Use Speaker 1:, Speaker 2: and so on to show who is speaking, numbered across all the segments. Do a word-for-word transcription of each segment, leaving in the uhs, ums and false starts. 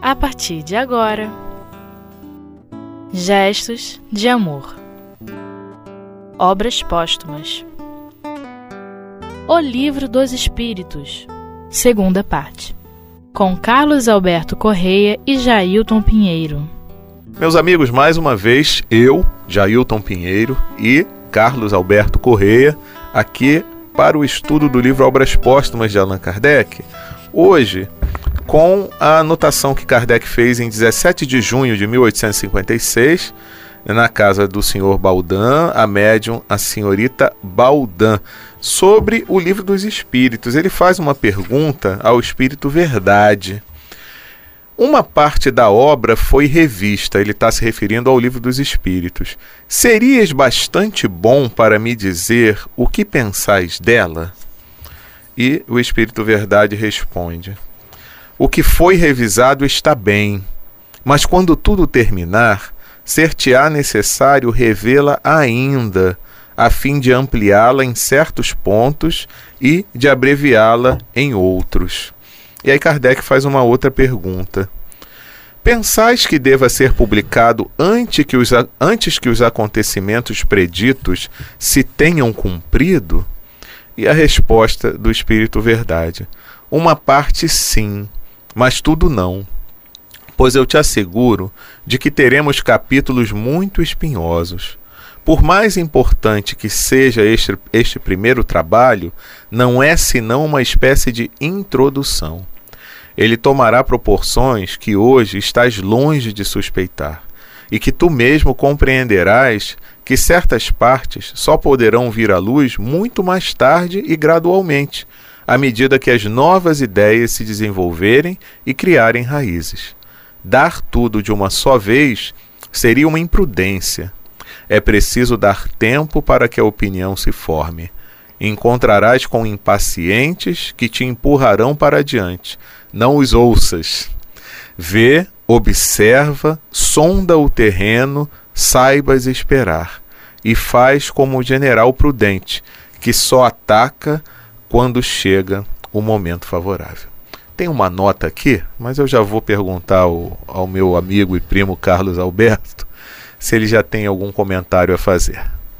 Speaker 1: a partir de agora. Gestos de amor. Obras póstumas. O Livro dos Espíritos, segunda parte, com Carlos Alberto Correia e Jailton Pinheiro.
Speaker 2: Meus amigos, mais uma vez, eu, Jailton Pinheiro e Carlos Alberto Correia, aqui para o estudo do livro Obras Póstumas de Allan Kardec. Hoje, com a anotação que Kardec fez em dezessete de junho de mil oitocentos e cinquenta e seis, na casa do senhor Baldan, a médium, a senhorita Baldan, sobre o Livro dos Espíritos. Ele faz uma pergunta ao Espírito Verdade. Uma parte da obra foi revista, ele está se referindo ao Livro dos Espíritos. Serias bastante bom para me dizer o que pensais dela? E o Espírito Verdade responde: o que foi revisado está bem, mas quando tudo terminar, ser-te-á necessário revê-la ainda, a fim de ampliá-la em certos pontos e de abreviá-la em outros. E aí Kardec faz uma outra pergunta. Pensais que deva ser publicado antes que os, antes que os acontecimentos preditos se tenham cumprido? E a resposta do Espírito Verdade: uma parte sim, mas tudo não. Pois eu te asseguro de que teremos capítulos muito espinhosos. Por mais importante que seja este, este primeiro trabalho, não é senão uma espécie de introdução. Ele tomará proporções que hoje estás longe de suspeitar, e que tu mesmo compreenderás que certas partes só poderão vir à luz muito mais tarde e gradualmente, à medida que as novas ideias se desenvolverem e criarem raízes. Dar tudo de uma só vez seria uma imprudência. É preciso dar tempo para que a opinião se forme. Encontrarás com impacientes que te empurrarão para adiante. Não os ouças. Vê, observa, sonda o terreno, saibas esperar. E faz como o general prudente, que só ataca quando chega o momento favorável. Tem uma nota aqui, mas eu já vou perguntar ao, ao meu amigo e primo Carlos Alberto se ele já tem algum comentário a fazer.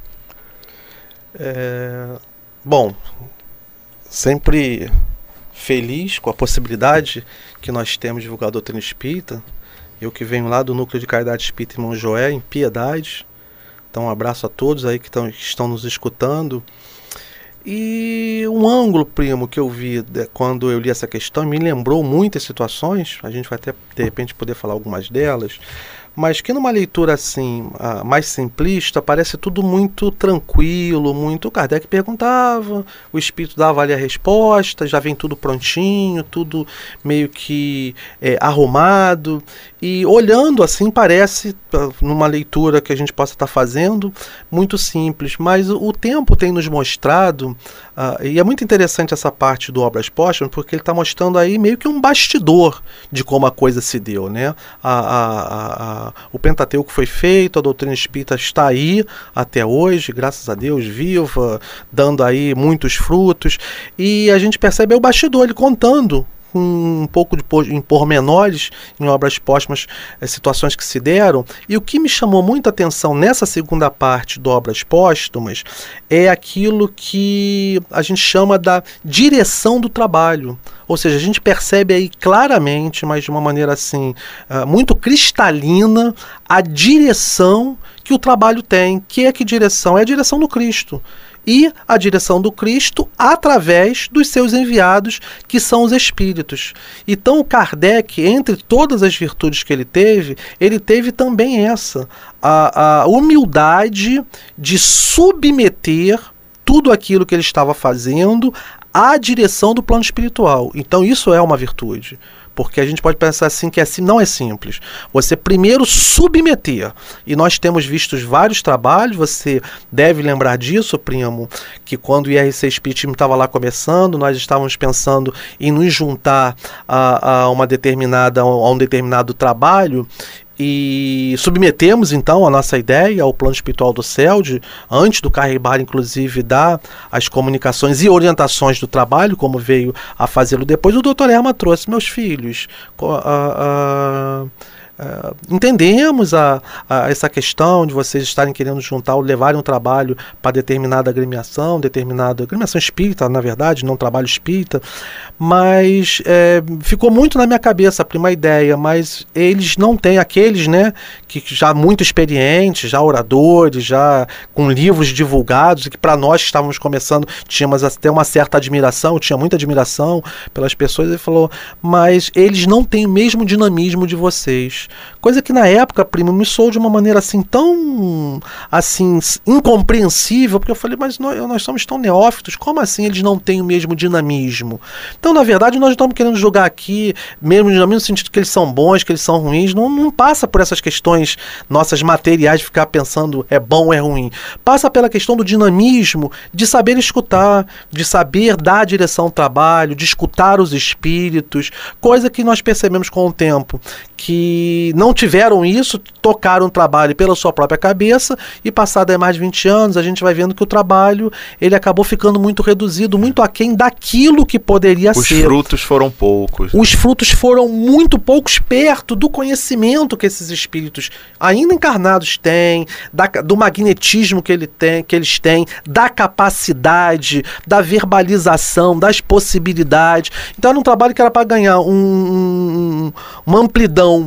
Speaker 3: É, bom, sempre feliz com a possibilidade que nós temos de divulgar a doutrina espírita. Eu que venho lá do Núcleo de Caridade Espírita Irmão Joé, em Piedade. Então um abraço a todos aí que, tão, que estão nos escutando. E um ângulo, primo, que eu vi quando eu li essa questão me lembrou muitas situações, a gente vai até de repente poder falar algumas delas, mas que numa leitura assim, mais simplista, parece tudo muito tranquilo, muito... O Kardec perguntava, o Espírito dava ali a resposta, já vem tudo prontinho, tudo meio que é, arrumado, e olhando assim parece, numa leitura que a gente possa estar fazendo, muito simples, mas o tempo tem nos mostrado, uh, e é muito interessante essa parte do Obras Póstumas, porque ele está mostrando aí meio que um bastidor de como a coisa se deu, né? A, a, a O Pentateuco foi feito, a doutrina espírita está aí até hoje, graças a Deus, viva, dando aí muitos frutos, e a gente percebe é o bastidor, ele contando um pouco de em pormenores, em Obras Póstumas, é, situações que se deram. E o que me chamou muita atenção nessa segunda parte do Obras Póstumas é aquilo que a gente chama da direção do trabalho. Ou seja, a gente percebe aí claramente, mas de uma maneira assim, uh, muito cristalina, a direção que o trabalho tem. Que é que direção? É a direção do Cristo. E a direção do Cristo através dos seus enviados, que são os Espíritos. Então o Kardec, entre todas as virtudes que ele teve, ele teve também essa, a, a humildade de submeter tudo aquilo que ele estava fazendo à direção do plano espiritual. Então isso é uma virtude. Porque a gente pode pensar assim que assim não é simples. Você primeiro submeter. E nós temos visto vários trabalhos, você deve lembrar disso, primo, que quando o I R C Espiritismo estava lá começando, nós estávamos pensando em nos juntar a, a uma determinada, a um determinado trabalho, E submetemos então a nossa ideia ao plano espiritual do C E L D, antes do Carribar inclusive dar as comunicações e orientações do trabalho, como veio a fazê-lo depois. O doutor Erma trouxe: meus filhos, a, a, Uh, entendemos a, a essa questão de vocês estarem querendo juntar ou levarem um trabalho para determinada agremiação, determinada agremiação espírita, na verdade, não trabalho espírita, mas é, ficou muito na minha cabeça a prima ideia, mas eles não têm, aqueles, né, que já muito experientes, já oradores, já com livros divulgados, e que para nós que estávamos começando tínhamos até uma certa admiração, eu tinha muita admiração pelas pessoas. Ele falou: mas eles não têm o mesmo dinamismo de vocês. Coisa que na época, primo, me soou de uma maneira assim tão assim incompreensível, porque eu falei: mas nós, nós somos tão neófitos, como assim eles não têm o mesmo dinamismo? Então, na verdade, nós não estamos querendo julgar aqui mesmo dinamismo no sentido que eles são bons, que eles são ruins. Não, não passa por essas questões nossas materiais de ficar pensando é bom ou é ruim. Passa pela questão do dinamismo, de saber escutar, de saber dar a direção ao trabalho, de escutar os espíritos, coisa que nós percebemos com o tempo, que não tiveram isso, tocaram o trabalho pela sua própria cabeça, e passado aí mais de vinte anos, a gente vai vendo que o trabalho ele acabou ficando muito reduzido, muito aquém daquilo que poderia
Speaker 2: Os
Speaker 3: ser.
Speaker 2: Os frutos foram poucos.
Speaker 3: Os frutos foram muito poucos perto do conhecimento que esses espíritos ainda encarnados têm, da, do magnetismo que, ele tem, que eles têm, da capacidade, da verbalização, das possibilidades. Então era um trabalho que era para ganhar um, um, uma amplidão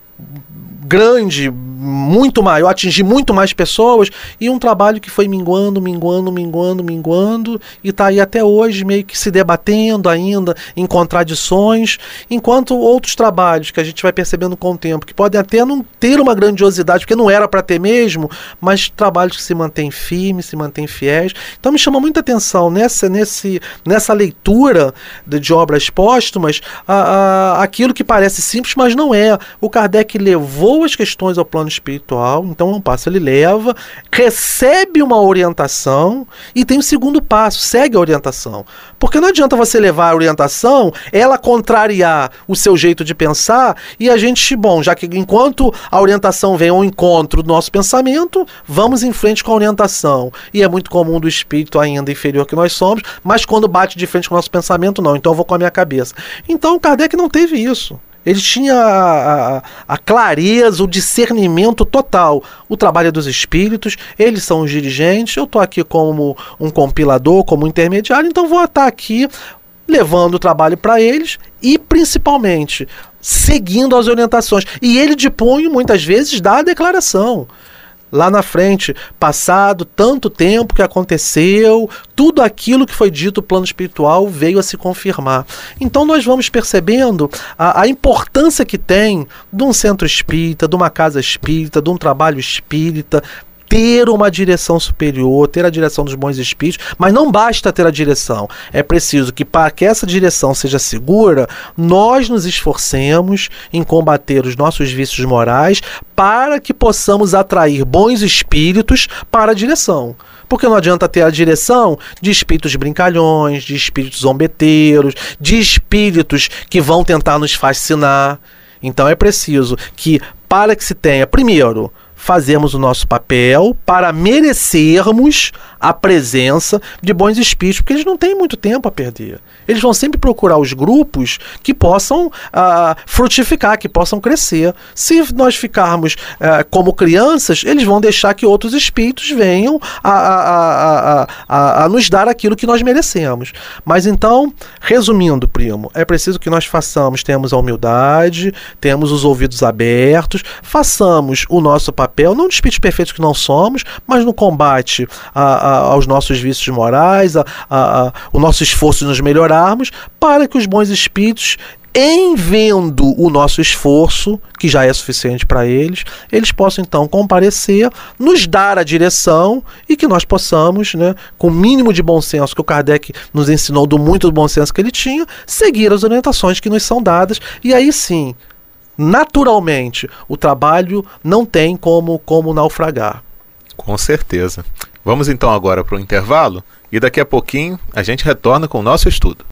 Speaker 3: grande, muito maior, atingir muito mais pessoas, e um trabalho que foi minguando, minguando, minguando, minguando, e está aí até hoje meio que se debatendo ainda em contradições, enquanto outros trabalhos que a gente vai percebendo com o tempo, que podem até não ter uma grandiosidade, porque não era para ter mesmo, mas trabalhos que se mantêm firmes, se mantêm fiéis. Então me chama muita atenção nessa, nesse, nessa leitura de, de obras póstumas, a, a, aquilo que parece simples, mas não é. O Kardec levou as questões ao plano espiritual, então é um passo, ele leva, recebe uma orientação e tem o segundo passo, segue a orientação. Porque não adianta você levar a orientação, ela contrariar o seu jeito de pensar, e a gente, bom, já que enquanto a orientação vem ao encontro do nosso pensamento, vamos em frente com a orientação. E é muito comum do espírito ainda inferior que nós somos, mas quando bate de frente com o nosso pensamento, não, então eu vou com a minha cabeça. Então o Kardec não teve isso. Ele tinha a, a, a clareza, o discernimento total. O trabalho é dos espíritos, eles são os dirigentes, eu estou aqui como um compilador, como um intermediário, então vou estar aqui levando o trabalho para eles e, principalmente, seguindo as orientações. E ele dispõe, muitas vezes, da declaração. Lá na frente, passado tanto tempo que aconteceu, tudo aquilo que foi dito no plano espiritual veio a se confirmar. Então nós vamos percebendo a, a importância que tem de um centro espírita, de uma casa espírita, de um trabalho espírita, ter uma direção superior, ter a direção dos bons espíritos, mas não basta ter a direção. É preciso que, para que essa direção seja segura, nós nos esforcemos em combater os nossos vícios morais para que possamos atrair bons espíritos para a direção. Porque não adianta ter a direção de espíritos brincalhões, de espíritos zombeteiros, de espíritos que vão tentar nos fascinar. Então é preciso que, para que se tenha, primeiro, fazermos o nosso papel para merecermos a presença de bons espíritos, porque eles não têm muito tempo a perder. Eles vão sempre procurar os grupos que possam uh, frutificar, que possam crescer. Se nós ficarmos uh, como crianças, eles vão deixar que outros espíritos venham a, a, a, a, a nos dar aquilo que nós merecemos. Mas então, resumindo, primo, é preciso que nós façamos, tenhamos a humildade, tenhamos os ouvidos abertos, façamos o nosso papel, não de espíritos perfeitos que não somos, mas no combate a, a, aos nossos vícios morais, a, a, a, o nosso esforço de nos melhorarmos, para que os bons espíritos, em vendo o nosso esforço, que já é suficiente para eles, eles possam então comparecer, nos dar a direção e que nós possamos, né, com o mínimo de bom senso que o Kardec nos ensinou, do muito bom senso que ele tinha, seguir as orientações que nos são dadas, e aí sim, naturalmente, o trabalho não tem como, como naufragar.
Speaker 2: Com certeza. Vamos então agora para o intervalo e daqui a pouquinho a gente retorna com o nosso estudo.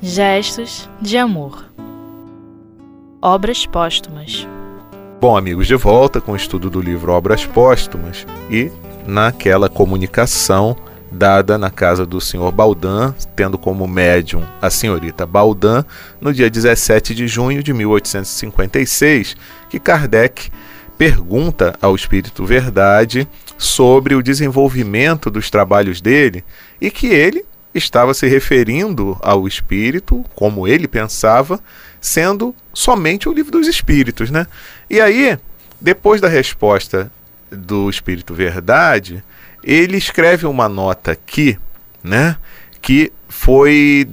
Speaker 1: Gestos de amor. Obras póstumas.
Speaker 2: Bom, amigos, de volta com o estudo do livro Obras Póstumas e naquela comunicação dada na casa do senhor Baudin, tendo como médium a senhorita Baudin, no dia dezessete de junho de mil oitocentos e cinquenta e seis, que Kardec pergunta ao Espírito Verdade sobre o desenvolvimento dos trabalhos dele e que ele estava se referindo ao Espírito, como ele pensava, sendo somente o Livro dos Espíritos, né? E aí, depois da resposta do Espírito Verdade, ele escreve uma nota aqui, né, que foi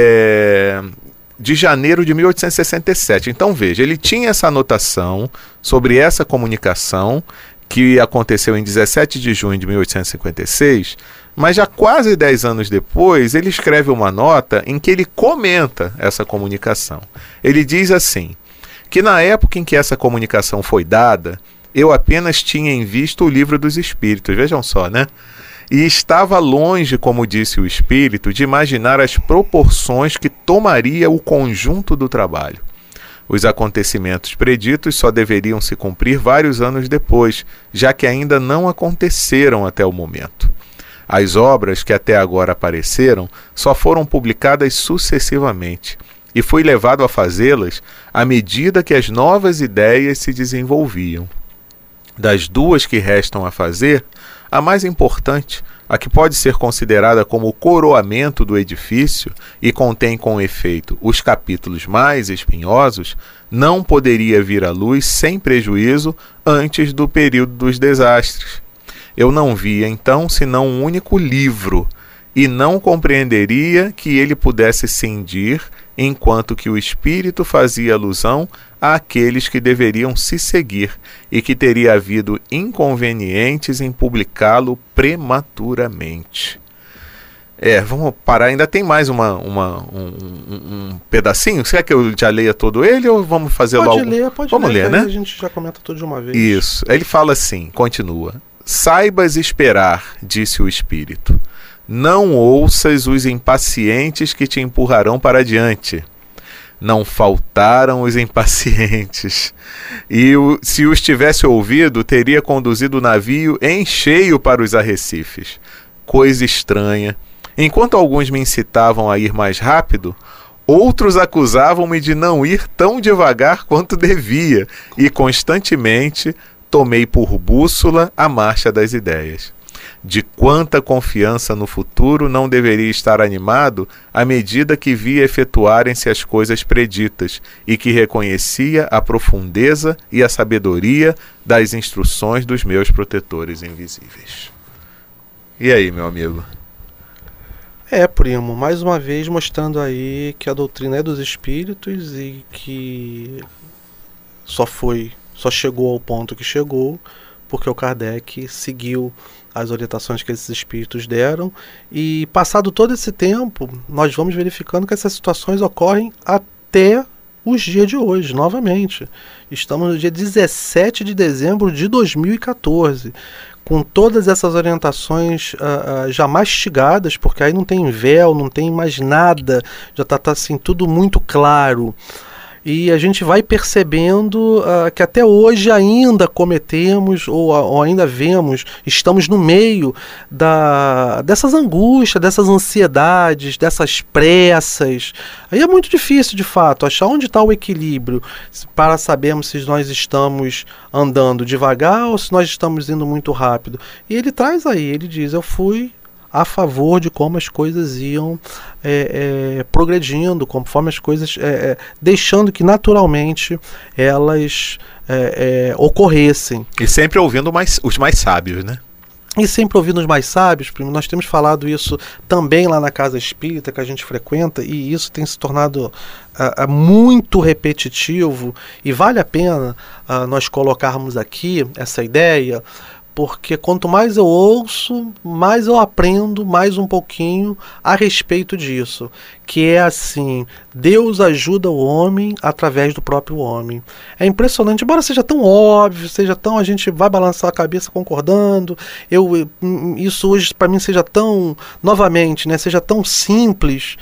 Speaker 2: é, de janeiro de mil oitocentos e sessenta e sete. Então veja, ele tinha essa anotação sobre essa comunicação que aconteceu em dezessete de junho de mil oitocentos e cinquenta e seis, mas já quase dez anos depois ele escreve uma nota em que ele comenta essa comunicação. Ele diz assim, que na época em que essa comunicação foi dada, eu apenas tinha em vista o Livro dos Espíritos, vejam só, né? E estava longe, como disse o Espírito, de imaginar as proporções que tomaria o conjunto do trabalho. Os acontecimentos preditos só deveriam se cumprir vários anos depois, já que ainda não aconteceram até o momento. As obras que até agora apareceram só foram publicadas sucessivamente, e fui levado a fazê-las à medida que as novas ideias se desenvolviam. Das duas que restam a fazer, a mais importante, a que pode ser considerada como o coroamento do edifício e contém com efeito os capítulos mais espinhosos, não poderia vir à luz sem prejuízo antes do período dos desastres. Eu não via, então, senão um único livro, e não compreenderia que ele pudesse cindir, enquanto que o Espírito fazia alusão àqueles que deveriam se seguir, e que teria havido inconvenientes em publicá-lo prematuramente. É, vamos parar, ainda tem mais uma, uma, um, um, um pedacinho? Você quer que eu já leia todo ele ou vamos fazer
Speaker 3: pode
Speaker 2: logo?
Speaker 3: Ler, pode
Speaker 2: vamos
Speaker 3: ler,
Speaker 2: ler, né?
Speaker 3: A gente já comenta tudo de uma vez.
Speaker 2: Isso, ele fala assim, continua. Saibas esperar, disse o Espírito. Não ouças os impacientes que te empurrarão para adiante. Não faltaram os impacientes. E o, se os tivesse ouvido, teria conduzido o navio em cheio para os arrecifes. Coisa estranha. Enquanto alguns me incitavam a ir mais rápido, outros acusavam-me de não ir tão devagar quanto devia, e constantemente tomei por bússola a marcha das ideias. De quanta confiança no futuro não deveria estar animado à medida que via efetuarem-se as coisas preditas e que reconhecia a profundeza e a sabedoria das instruções dos meus protetores invisíveis. E aí, meu amigo?
Speaker 3: É, primo, mais uma vez mostrando aí que a doutrina é dos espíritos e que só foi, só chegou ao ponto que chegou porque o Kardec seguiu as orientações que esses espíritos deram, e passado todo esse tempo, nós vamos verificando que essas situações ocorrem até os dias de hoje, novamente. Estamos no dia dezessete de dezembro de dois mil e quatorze, com todas essas orientações uh, uh, já mastigadas, porque aí não tem véu, não tem mais nada, já está tá, assim, tudo muito claro. E a gente vai percebendo uh, que até hoje ainda cometemos, ou, ou ainda vemos, estamos no meio da, dessas angústias, dessas ansiedades, dessas pressas. Aí é muito difícil, de fato, achar onde está o equilíbrio para sabermos se nós estamos andando devagar ou se nós estamos indo muito rápido. E ele traz aí, ele diz, eu fui a favor de como as coisas iam é, é, progredindo, conforme as coisas, é, é, deixando que naturalmente elas é, é, ocorressem.
Speaker 2: E sempre ouvindo mais, os mais sábios, né?
Speaker 3: E sempre ouvindo os mais sábios, primo. Nós temos falado isso também lá na Casa Espírita, que a gente frequenta, e isso tem se tornado uh, uh, muito repetitivo, e vale a pena uh, nós colocarmos aqui essa ideia, porque quanto mais eu ouço, mais eu aprendo mais um pouquinho a respeito disso, que é assim, Deus ajuda o homem através do próprio homem. É impressionante, embora seja tão óbvio, seja tão, a gente vai balançar a cabeça concordando, eu, isso hoje para mim seja tão, novamente, né, seja tão simples,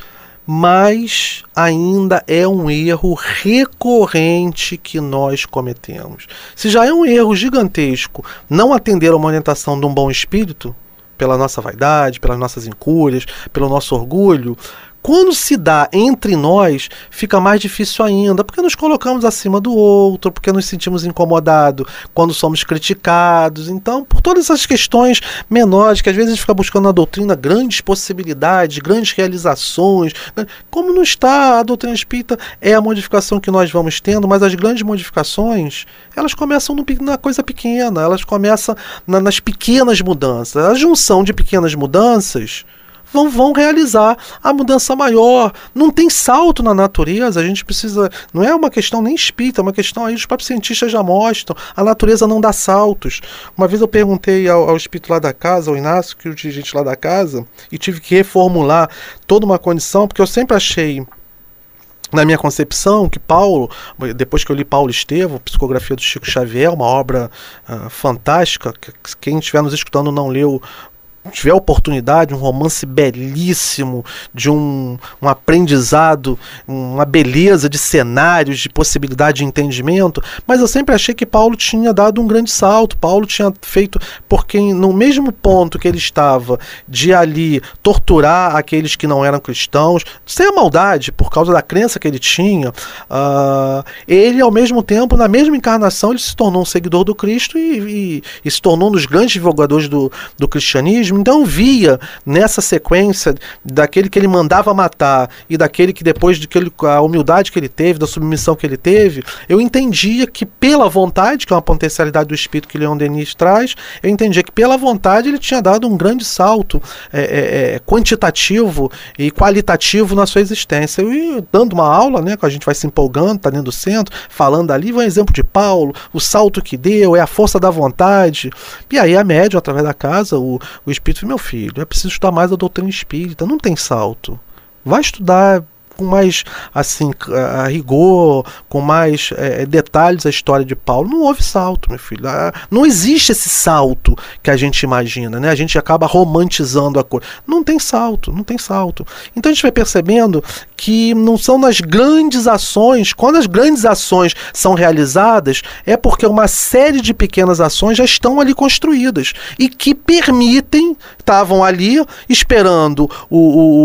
Speaker 3: mas ainda é um erro recorrente que nós cometemos. Se já é um erro gigantesco não atender a uma orientação de um bom espírito, pela nossa vaidade, pelas nossas incúrias, pelo nosso orgulho, quando se dá entre nós, fica mais difícil ainda, porque nos colocamos acima do outro, porque nos sentimos incomodados quando somos criticados. Então, por todas essas questões menores, que às vezes a gente fica buscando na doutrina grandes possibilidades, grandes realizações, como não está a doutrina espírita, é a modificação que nós vamos tendo, mas as grandes modificações, elas começam no, na coisa pequena, elas começam na, nas pequenas mudanças. A junção de pequenas mudanças Vão, vão realizar a mudança maior. Não tem salto na natureza, a gente precisa... Não é uma questão nem espírita, é uma questão aí, os próprios cientistas já mostram. A natureza não dá saltos. Uma vez eu perguntei ao, ao espírito lá da casa, ao Inácio, que é o dirigente lá da casa, e tive que reformular toda uma condição, porque eu sempre achei, na minha concepção, que Paulo, depois que eu li Paulo Estevam, Psicografia do Chico Xavier, uma obra uh, fantástica, que quem estiver nos escutando não leu, tiver oportunidade, um romance belíssimo, de um, um aprendizado, uma beleza de cenários, de possibilidade de entendimento, mas eu sempre achei que Paulo tinha dado um grande salto. Paulo tinha feito, porque no mesmo ponto que ele estava de ali torturar aqueles que não eram cristãos, sem a maldade, por causa da crença que ele tinha, uh, ele ao mesmo tempo, na mesma encarnação, ele se tornou um seguidor do Cristo e, e, e se tornou um dos grandes divulgadores do, do cristianismo. Então via nessa sequência daquele que ele mandava matar e daquele que depois de que ele, a humildade que ele teve, da submissão que ele teve, eu entendia que pela vontade, que é uma potencialidade do espírito que Leon Denis traz, eu entendia que pela vontade ele tinha dado um grande salto é, é, quantitativo e qualitativo na sua existência. E dando uma aula, né, que a gente vai se empolgando, tá dentro do centro, falando ali, vai um exemplo de Paulo, o salto que deu, é a força da vontade. E aí a médium, através da casa, o, o espírito, meu filho, é preciso estudar mais a doutrina espírita, não tem salto. Vai estudar com mais, assim, a rigor, com mais é, detalhes a história de Paulo. Não houve salto, meu filho. Não existe esse salto que a gente imagina, né? A gente acaba romantizando a coisa. Não tem salto, não tem salto. Então a gente vai percebendo que não são nas grandes ações, quando as grandes ações são realizadas, é porque uma série de pequenas ações já estão ali construídas e que permitem, estavam ali esperando o,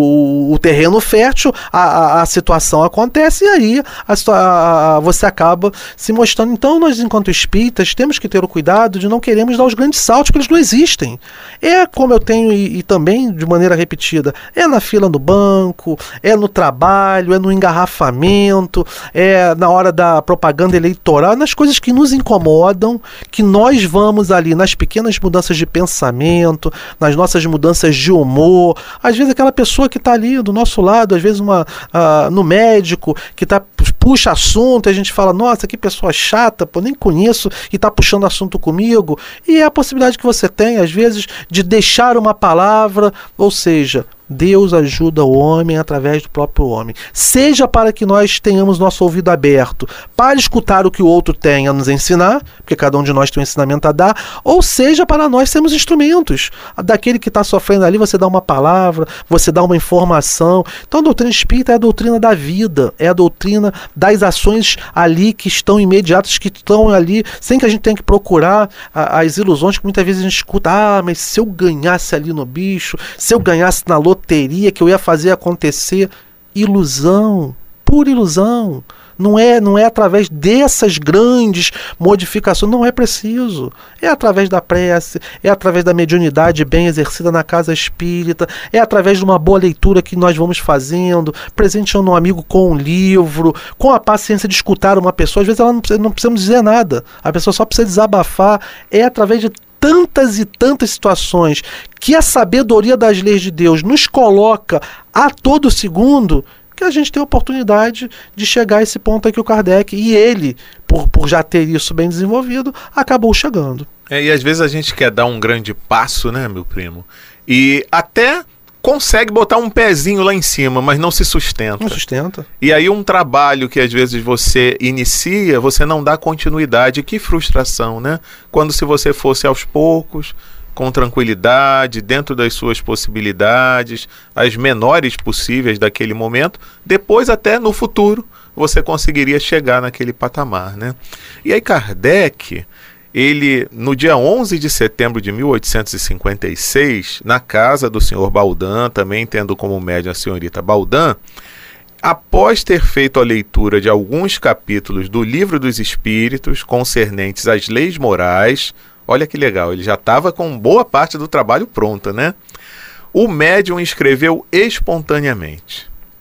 Speaker 3: o, o terreno fértil, a A, a situação acontece e aí a, a, você acaba se mostrando. Então nós, enquanto espíritas, temos que ter o cuidado de não queremos dar os grandes saltos, porque eles não existem. É como eu tenho, e, e também de maneira repetida, é na fila do banco, é no trabalho, é no engarrafamento, é na hora da propaganda eleitoral, nas coisas que nos incomodam, que nós vamos ali nas pequenas mudanças de pensamento, nas nossas mudanças de humor. Às vezes aquela pessoa que está ali do nosso lado, às vezes uma Uh, no médico, que tá, puxa assunto, e a gente fala, nossa, que pessoa chata, pô, nem conheço, e tá puxando assunto comigo. E é a possibilidade que você tem, às vezes, de deixar uma palavra, ou seja, Deus ajuda o homem através do próprio homem. Seja para que nós tenhamos nosso ouvido aberto para escutar o que o outro tem a nos ensinar, porque cada um de nós tem um ensinamento a dar, ou seja para nós sermos instrumentos. Daquele que está sofrendo ali, você dá uma palavra, você dá uma informação. Então a doutrina espírita é a doutrina da vida, é a doutrina das ações ali que estão imediatas, que estão ali, sem que a gente tenha que procurar a, as ilusões que muitas vezes a gente escuta. Ah, mas se eu ganhasse ali no bicho, se eu ganhasse na loteria, teria que eu ia fazer acontecer. Ilusão, pura ilusão. Não é, não é através dessas grandes modificações, não é preciso. É através da prece, é através da mediunidade bem exercida na casa espírita, é através de uma boa leitura que nós vamos fazendo, presenteando um amigo com um livro, com a paciência de escutar uma pessoa. Às vezes ela não precisa, não precisamos dizer nada, a pessoa só precisa desabafar. É através de tantas e tantas situações que a sabedoria das leis de Deus nos coloca a todo segundo, que a gente tem a oportunidade de chegar a esse ponto aí que o Kardec, e ele, por, por já ter isso bem desenvolvido, acabou chegando.
Speaker 2: É, e às vezes a gente quer dar um grande passo, né, meu primo? E até consegue botar um pezinho lá em cima, mas não se sustenta.
Speaker 3: Não sustenta.
Speaker 2: E aí um trabalho que às vezes você inicia, você não dá continuidade. Que frustração, né? Quando se você fosse aos poucos, com tranquilidade, dentro das suas possibilidades, as menores possíveis daquele momento, depois até no futuro você conseguiria chegar naquele patamar, né? E aí Kardec, ele, no dia onze de setembro de mil oitocentos e cinquenta e seis, na casa do senhor Baldin, também tendo como médium a senhorita Baldin, após ter feito a leitura de alguns capítulos do Livro dos Espíritos concernentes às leis morais, olha que legal, ele já estava com boa parte do trabalho pronta, né? O médium escreveu espontaneamente: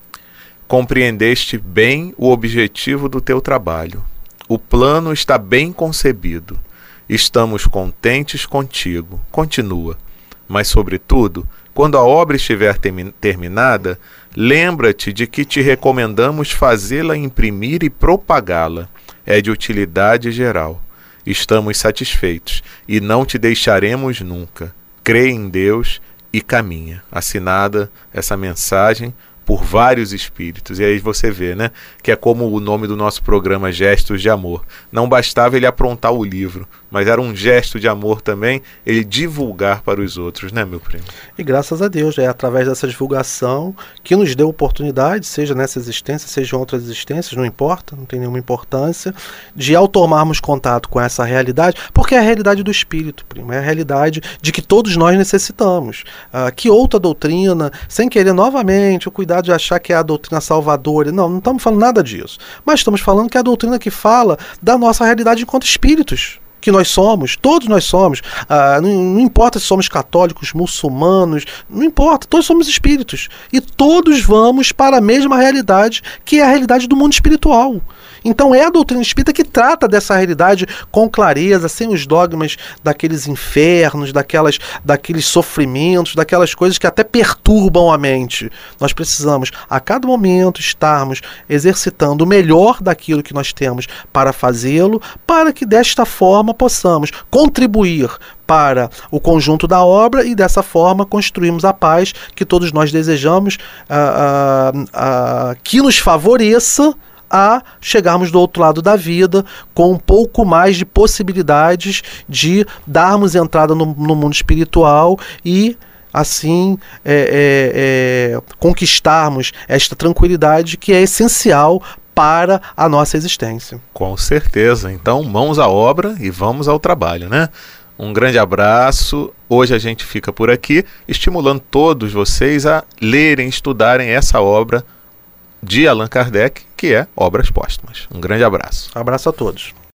Speaker 2: compreendeste bem o objetivo do teu trabalho. O plano está bem concebido. Estamos contentes contigo. Continua. Mas, sobretudo, quando a obra estiver termi- terminada, lembra-te de que te recomendamos fazê-la imprimir e propagá-la. É de utilidade geral. Estamos satisfeitos e não te deixaremos nunca. Crê em Deus e caminha. Assinada essa mensagem por vários espíritos. E aí você vê, né, que é como o nome do nosso programa, Gestos de Amor. Não bastava ele aprontar o livro, mas era um gesto de amor também ele divulgar para os outros, né, meu primo?
Speaker 3: E graças a Deus, é através dessa divulgação que nos deu oportunidade, seja nessa existência, seja em outras existências, não importa, não tem nenhuma importância, de ao tomarmos contato com essa realidade, porque é a realidade do espírito, primo, é a realidade de que todos nós necessitamos. Ah, que outra doutrina, sem querer novamente o cuidado de achar que é a doutrina salvadora, não, não estamos falando nada disso, mas estamos falando que é a doutrina que fala da nossa realidade enquanto espíritos, que nós somos, todos nós somos, ah, não, não importa se somos católicos, muçulmanos, não importa, todos somos espíritos, e todos vamos para a mesma realidade, que é a realidade do mundo espiritual. Então é a doutrina espírita que trata dessa realidade com clareza, sem os dogmas daqueles infernos, daquelas, daqueles sofrimentos, daquelas coisas que até perturbam a mente. Nós precisamos, a cada momento, estarmos exercitando o melhor daquilo que nós temos para fazê-lo, para que desta forma possamos contribuir para o conjunto da obra e dessa forma construirmos a paz que todos nós desejamos, ah, ah, ah, que nos favoreça a chegarmos do outro lado da vida com um pouco mais de possibilidades de darmos entrada no, no mundo espiritual e assim é, é, é, conquistarmos esta tranquilidade que é essencial para a nossa existência.
Speaker 2: Com certeza. Então, mãos à obra e vamos ao trabalho, né? Um grande abraço. Hoje a gente fica por aqui, estimulando todos vocês a lerem, estudarem essa obra de Allan Kardec, que é Obras Póstumas. Um grande abraço.
Speaker 3: Abraço a todos.